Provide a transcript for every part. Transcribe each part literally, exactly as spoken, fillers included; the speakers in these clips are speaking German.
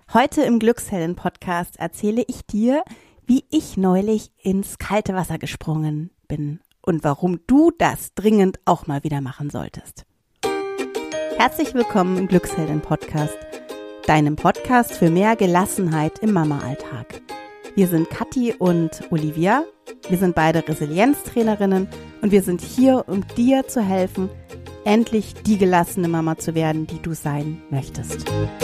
Heute im Glückshelden-Podcast erzähle ich dir, wie ich neulich ins kalte Wasser gesprungen bin und warum du das dringend auch mal wieder machen solltest. Herzlich willkommen im Glückshelden-Podcast, deinem Podcast für mehr Gelassenheit im Mama-Alltag. Wir sind Kathi und Olivia, wir sind beide Resilienztrainerinnen und wir sind hier, um dir zu helfen, endlich die gelassene Mama zu werden, die du sein möchtest.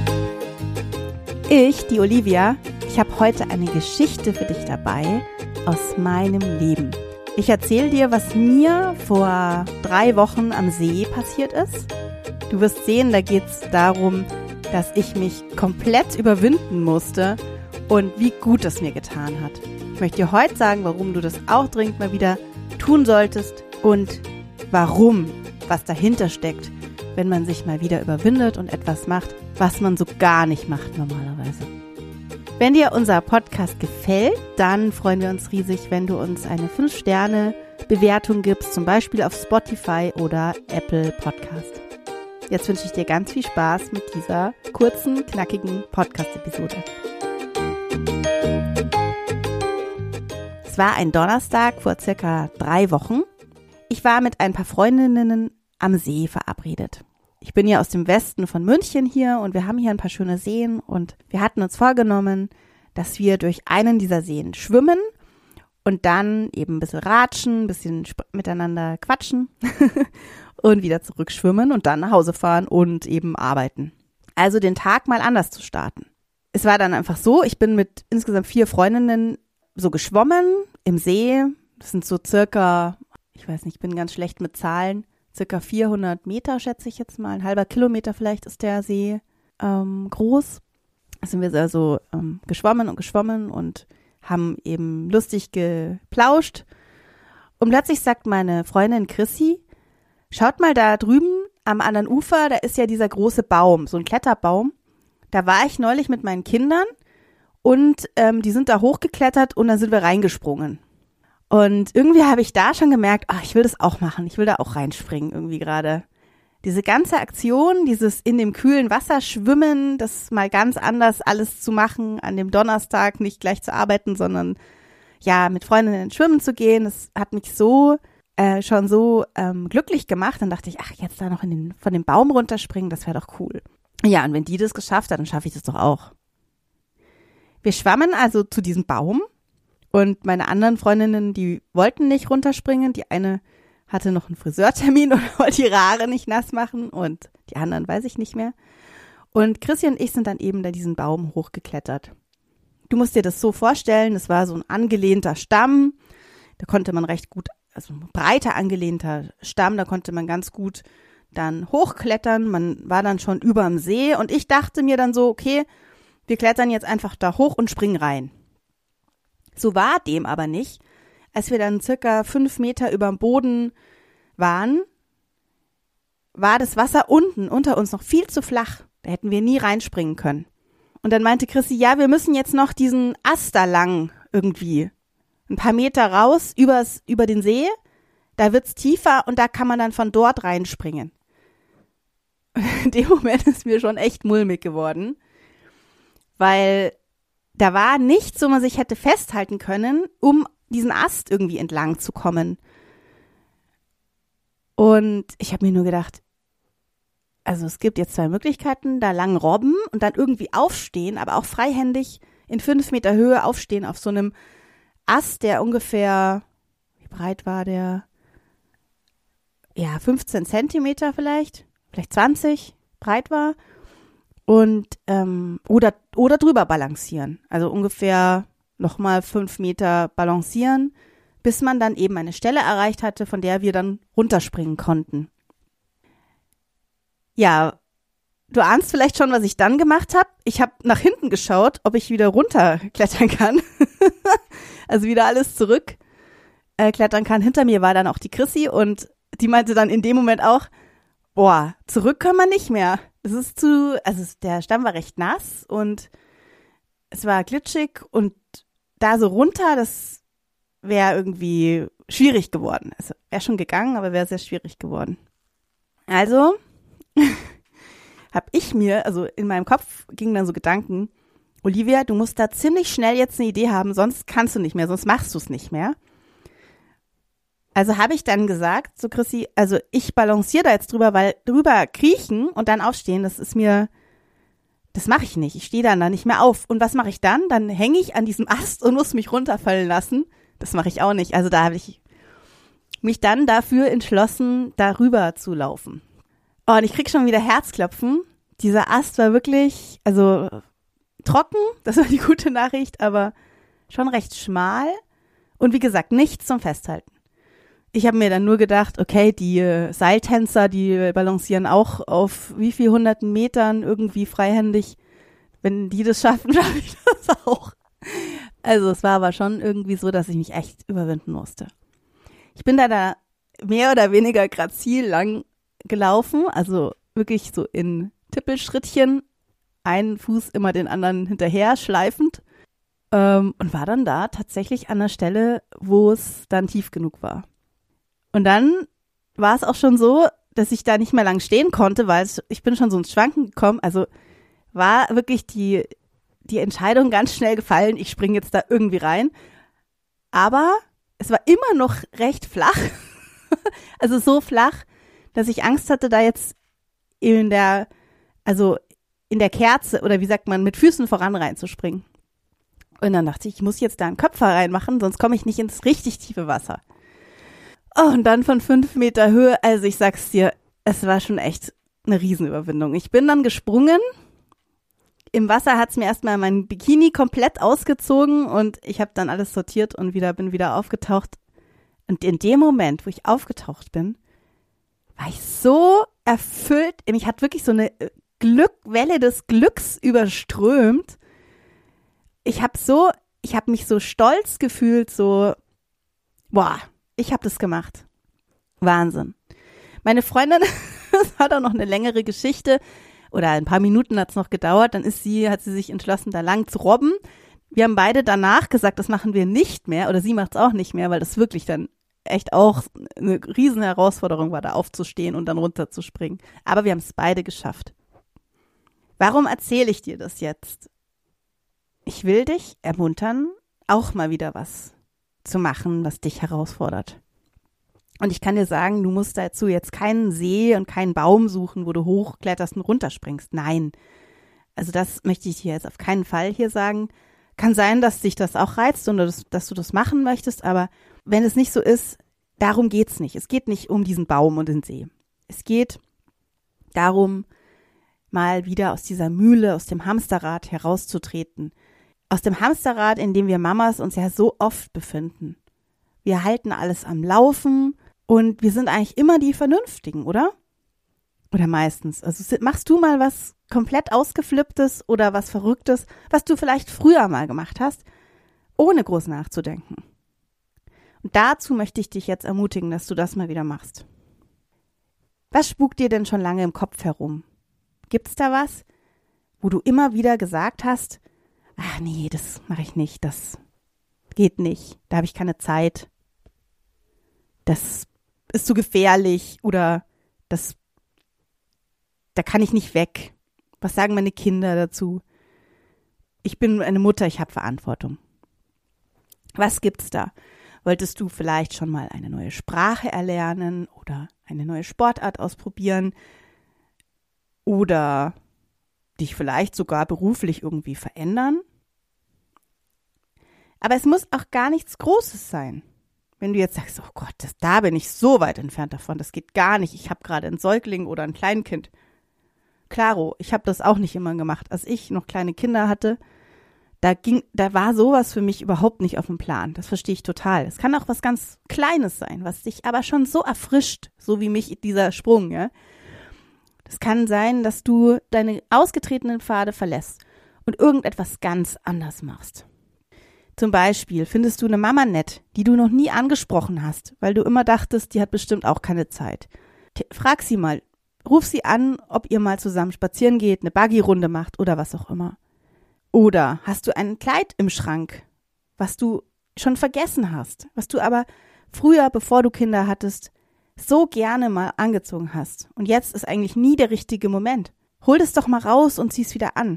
Ich, die Olivia, ich habe heute eine Geschichte für dich dabei aus meinem Leben. Ich erzähle dir, was mir vor drei Wochen am See passiert ist. Du wirst sehen, da geht es darum, dass ich mich komplett überwinden musste und wie gut es mir getan hat. Ich möchte dir heute sagen, warum du das auch dringend mal wieder tun solltest und warum, was dahinter steckt, wenn man sich mal wieder überwindet und etwas macht, was man so gar nicht macht normalerweise. Wenn dir unser Podcast gefällt, dann freuen wir uns riesig, wenn du uns eine fünf Sterne Bewertung gibst, zum Beispiel auf Spotify oder Apple Podcast. Jetzt wünsche ich dir ganz viel Spaß mit dieser kurzen, knackigen Podcast-Episode. Es war ein Donnerstag vor circa drei Wochen. Ich war mit ein paar Freundinnen am See verabredet. Ich bin ja aus dem Westen von München hier und wir haben hier ein paar schöne Seen und wir hatten uns vorgenommen, dass wir durch einen dieser Seen schwimmen und dann eben ein bisschen ratschen, ein bisschen sp- miteinander quatschen und wieder zurückschwimmen und dann nach Hause fahren und eben arbeiten. Also den Tag mal anders zu starten. Es war dann einfach so, ich bin mit insgesamt vier Freundinnen so geschwommen im See. Das sind so circa, ich weiß nicht, ich bin ganz schlecht mit Zahlen, circa vierhundert Meter, schätze ich jetzt mal, ein halber Kilometer vielleicht ist der See ähm, groß. Da sind wir also ähm, geschwommen und geschwommen und haben eben lustig geplauscht. Und plötzlich sagt meine Freundin Chrissy, schaut mal da drüben am anderen Ufer, da ist ja dieser große Baum, so ein Kletterbaum. Da war ich neulich mit meinen Kindern und ähm, die sind da hochgeklettert und dann sind wir reingesprungen. Und irgendwie habe ich da schon gemerkt, ach, ich will das auch machen, ich will da auch reinspringen irgendwie gerade. Diese ganze Aktion, dieses in dem kühlen Wasser schwimmen, das mal ganz anders alles zu machen, an dem Donnerstag nicht gleich zu arbeiten, sondern ja mit Freundinnen schwimmen zu gehen, das hat mich so äh, schon so ähm, glücklich gemacht. Dann dachte ich, ach, jetzt da noch in den, von dem Baum runterspringen, das wäre doch cool. Ja, und wenn die das geschafft hat, dann schaffe ich das doch auch. Wir schwammen also zu diesem Baum. Und meine anderen Freundinnen, die wollten nicht runterspringen. Die eine hatte noch einen Friseurtermin und wollte ihre Haare nicht nass machen. Und die anderen weiß ich nicht mehr. Und Chrissy und ich sind dann eben da diesen Baum hochgeklettert. Du musst dir das so vorstellen, das war so ein angelehnter Stamm. Da konnte man recht gut, also ein breiter angelehnter Stamm, da konnte man ganz gut dann hochklettern. Man war dann schon überm See. Und ich dachte mir dann so, okay, wir klettern jetzt einfach da hoch und springen rein. So war dem aber nicht. Als wir dann circa fünf Meter über dem Boden waren, war das Wasser unten unter uns noch viel zu flach. Da hätten wir nie reinspringen können. Und dann meinte Chrissy, ja, wir müssen jetzt noch diesen Ast da lang irgendwie. Ein paar Meter raus übers, über den See. Da wird's tiefer und da kann man dann von dort reinspringen. In dem Moment ist mir schon echt mulmig geworden. Weil da war nichts, wo man sich hätte festhalten können, um diesen Ast irgendwie entlang zu kommen. Und ich habe mir nur gedacht, also es gibt jetzt zwei Möglichkeiten, da lang robben und dann irgendwie aufstehen, aber auch freihändig in fünf Meter Höhe aufstehen auf so einem Ast, der ungefähr, wie breit war der? Ja, fünfzehn Zentimeter vielleicht, vielleicht zwanzig breit war. Und ähm, oder oder drüber balancieren, also ungefähr nochmal fünf Meter balancieren, bis man dann eben eine Stelle erreicht hatte, von der wir dann runterspringen konnten. Ja, du ahnst vielleicht schon, was ich dann gemacht habe. Ich habe nach hinten geschaut, ob ich wieder runterklettern kann, also wieder alles zurück äh, klettern kann. Hinter mir war dann auch die Chrissy und die meinte dann in dem Moment auch, boah, zurück können wir nicht mehr. Es ist zu, also der Stamm war recht nass und es war glitschig und da so runter, das wäre irgendwie schwierig geworden. Also wäre schon gegangen, aber wäre sehr schwierig geworden. Also habe ich mir, also in meinem Kopf gingen dann so Gedanken, Olivia, du musst da ziemlich schnell jetzt eine Idee haben, sonst kannst du nicht mehr, sonst machst du es nicht mehr. Also habe ich dann gesagt, so Chrissy, also ich balanciere da jetzt drüber, weil drüber kriechen und dann aufstehen, das ist mir, das mache ich nicht. Ich stehe dann da nicht mehr auf. Und was mache ich dann? Dann hänge ich an diesem Ast und muss mich runterfallen lassen. Das mache ich auch nicht. Also da habe ich mich dann dafür entschlossen, darüber zu laufen. Oh, und ich krieg schon wieder Herzklopfen. Dieser Ast war wirklich, also trocken, das war die gute Nachricht, aber schon recht schmal. Und wie gesagt, nichts zum Festhalten. Ich habe mir dann nur gedacht, okay, die äh, Seiltänzer, die balancieren auch auf wie viel hunderten Metern irgendwie freihändig. Wenn die das schaffen, schaffe ich das auch. Also es war aber schon irgendwie so, dass ich mich echt überwinden musste. Ich bin da da mehr oder weniger grazil lang gelaufen, also wirklich so in Tippelschrittchen, einen Fuß immer den anderen hinterher schleifend ähm, und war dann da tatsächlich an der Stelle, wo es dann tief genug war. Und dann war es auch schon so, dass ich da nicht mehr lang stehen konnte, weil es, ich bin schon so ins Schwanken gekommen. Also war wirklich die, die Entscheidung ganz schnell gefallen, ich springe jetzt da irgendwie rein. Aber es war immer noch recht flach. Also so flach, dass ich Angst hatte, da jetzt in der, also in der Kerze oder wie sagt man, mit Füßen voran reinzuspringen. Und dann dachte ich, ich muss jetzt da einen Köpfer reinmachen, sonst komme ich nicht ins richtig tiefe Wasser. Oh, und dann von fünf Meter Höhe, also ich sag's dir, es war schon echt eine Riesenüberwindung. Ich bin dann gesprungen, im Wasser hat's mir erstmal mein Bikini komplett ausgezogen und ich habe dann alles sortiert und wieder bin wieder aufgetaucht. Und in dem Moment, wo ich aufgetaucht bin, war ich so erfüllt, mich hat wirklich so eine Glückwelle des Glücks überströmt. Ich habe so, ich habe mich so stolz gefühlt, so, boah, ich habe das gemacht. Wahnsinn. Meine Freundin, das war doch noch eine längere Geschichte oder ein paar Minuten hat es noch gedauert, dann ist sie, hat sie sich entschlossen, da lang zu robben. Wir haben beide danach gesagt, das machen wir nicht mehr oder sie macht es auch nicht mehr, weil das wirklich dann echt auch eine riesen Herausforderung war, da aufzustehen und dann runterzuspringen. Aber wir haben es beide geschafft. Warum erzähle ich dir das jetzt? Ich will dich ermuntern, auch mal wieder was zu machen, was dich herausfordert. Und ich kann dir sagen, du musst dazu jetzt keinen See und keinen Baum suchen, wo du hochkletterst und runterspringst. Nein. Also das möchte ich dir jetzt auf keinen Fall hier sagen. Kann sein, dass dich das auch reizt und dass, dass du das machen möchtest, aber wenn es nicht so ist, darum geht's nicht. Es geht nicht um diesen Baum und den See. Es geht darum, mal wieder aus dieser Mühle, aus dem Hamsterrad herauszutreten. Aus dem Hamsterrad, in dem wir Mamas uns ja so oft befinden. Wir halten alles am Laufen und wir sind eigentlich immer die Vernünftigen, oder? Oder meistens. Also machst du mal was komplett Ausgeflipptes oder was Verrücktes, was du vielleicht früher mal gemacht hast, ohne groß nachzudenken. Und dazu möchte ich dich jetzt ermutigen, dass du das mal wieder machst. Was spukt dir denn schon lange im Kopf herum? Gibt's da was, wo du immer wieder gesagt hast, ach nee, das mache ich nicht, das geht nicht, da habe ich keine Zeit, das ist zu gefährlich oder das, da kann ich nicht weg. Was sagen meine Kinder dazu? Ich bin eine Mutter, ich habe Verantwortung. Was gibt's da? Wolltest du vielleicht schon mal eine neue Sprache erlernen oder eine neue Sportart ausprobieren oder dich vielleicht sogar beruflich irgendwie verändern? Aber es muss auch gar nichts Großes sein. Wenn du jetzt sagst, oh Gott, das, da bin ich so weit entfernt davon, das geht gar nicht, ich habe gerade einen Säugling oder ein Kleinkind. Klaro, ich habe das auch nicht immer gemacht. Als ich noch kleine Kinder hatte, da ging, da war sowas für mich überhaupt nicht auf dem Plan. Das verstehe ich total. Es kann auch was ganz Kleines sein, was dich aber schon so erfrischt, so wie mich dieser Sprung, ja. Es kann sein, dass du deine ausgetretenen Pfade verlässt und irgendetwas ganz anders machst. Zum Beispiel findest du eine Mama nett, die du noch nie angesprochen hast, weil du immer dachtest, die hat bestimmt auch keine Zeit. Frag sie mal, ruf sie an, ob ihr mal zusammen spazieren geht, eine Buggy-Runde macht oder was auch immer. Oder hast du ein Kleid im Schrank, was du schon vergessen hast, was du aber früher, bevor du Kinder hattest, so gerne mal angezogen hast. Und jetzt ist eigentlich nie der richtige Moment. Hol es doch mal raus und zieh es wieder an.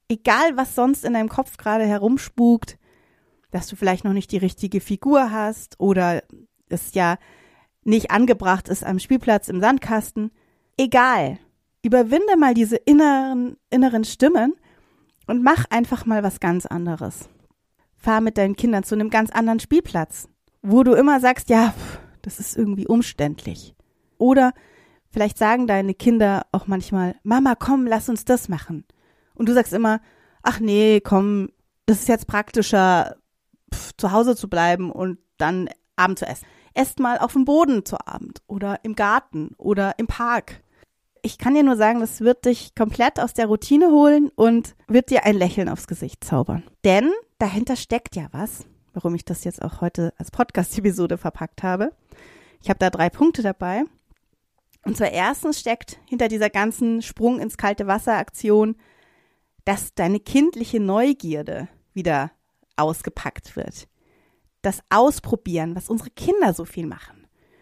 egal was sonst in deinem Kopf gerade herumspukt, dass du vielleicht noch nicht die richtige Figur hast oder es ja nicht angebracht ist am Spielplatz im Sandkasten. Egal, überwinde mal diese inneren, inneren Stimmen und mach einfach mal was ganz anderes. Fahr mit deinen Kindern zu einem ganz anderen Spielplatz, wo du immer sagst, ja, das ist irgendwie umständlich. Oder vielleicht sagen deine Kinder auch manchmal, Mama, komm, lass uns das machen. Und du sagst immer, ach nee, komm, das ist jetzt praktischer, pf, zu Hause zu bleiben und dann Abend zu essen. Esst mal auf dem Boden zu Abend oder im Garten oder im Park. Ich kann dir nur sagen, das wird dich komplett aus der Routine holen und wird dir ein Lächeln aufs Gesicht zaubern. Denn dahinter steckt ja was, warum ich das jetzt auch heute als Podcast-Episode verpackt habe. Ich habe da drei Punkte dabei. Und zwar erstens steckt hinter dieser ganzen Sprung ins kalte Wasser-Aktion, dass deine kindliche Neugierde wieder ausgepackt wird. Das Ausprobieren, was unsere Kinder so viel machen.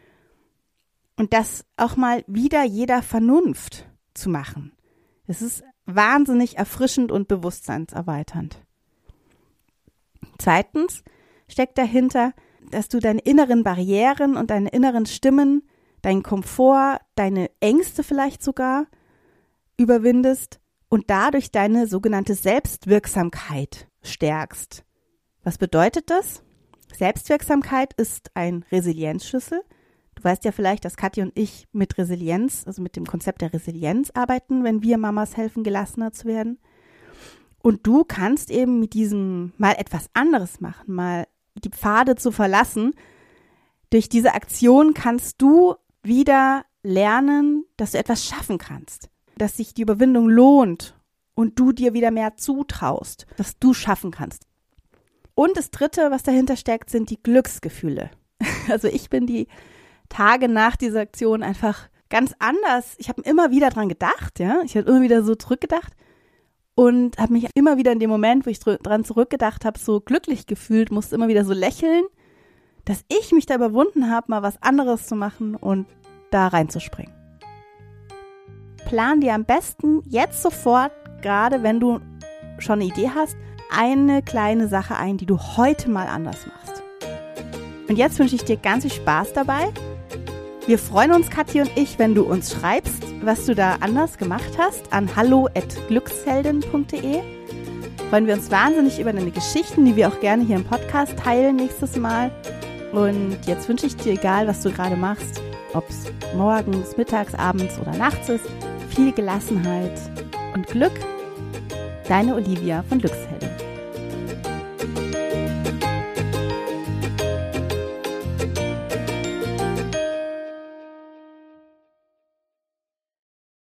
Und das auch mal wieder jeder Vernunft zu machen. Es ist wahnsinnig erfrischend und bewusstseinserweiternd. Zweitens steckt dahinter, dass du deine inneren Barrieren und deine inneren Stimmen, deinen Komfort, deine Ängste vielleicht sogar überwindest und dadurch deine sogenannte Selbstwirksamkeit stärkst. Was bedeutet das? Selbstwirksamkeit ist ein Resilienzschlüssel. Du weißt ja vielleicht, dass Kathi und ich mit Resilienz, also mit dem Konzept der Resilienz arbeiten, wenn wir Mamas helfen, gelassener zu werden. Und du kannst eben mit diesem mal etwas anderes machen, mal die Pfade zu verlassen. Durch diese Aktion kannst du wieder lernen, dass du etwas schaffen kannst, dass sich die Überwindung lohnt und du dir wieder mehr zutraust, dass du schaffen kannst. Und das Dritte, was dahinter steckt, sind die Glücksgefühle. Also ich bin die Tage nach dieser Aktion einfach ganz anders. Ich habe immer wieder dran gedacht, ja. Ich habe immer wieder so zurückgedacht und habe mich immer wieder in dem Moment, wo ich dran zurückgedacht habe, so glücklich gefühlt, musste immer wieder so lächeln, dass ich mich da überwunden habe, mal was anderes zu machen und da reinzuspringen. Plan dir am besten jetzt sofort, gerade wenn du schon eine Idee hast, eine kleine Sache ein, die du heute mal anders machst. Und jetzt wünsche ich dir ganz viel Spaß dabei. Wir freuen uns, Kathi und ich, wenn du uns schreibst, was du da anders gemacht hast, an hallo at glücksheldin punkt de. Freuen wir uns wahnsinnig über deine Geschichten, die wir auch gerne hier im Podcast teilen nächstes Mal. Und jetzt wünsche ich dir, egal was du gerade machst, ob es morgens, mittags, abends oder nachts ist, viel Gelassenheit und Glück. Deine Olivia von Glücksheldin.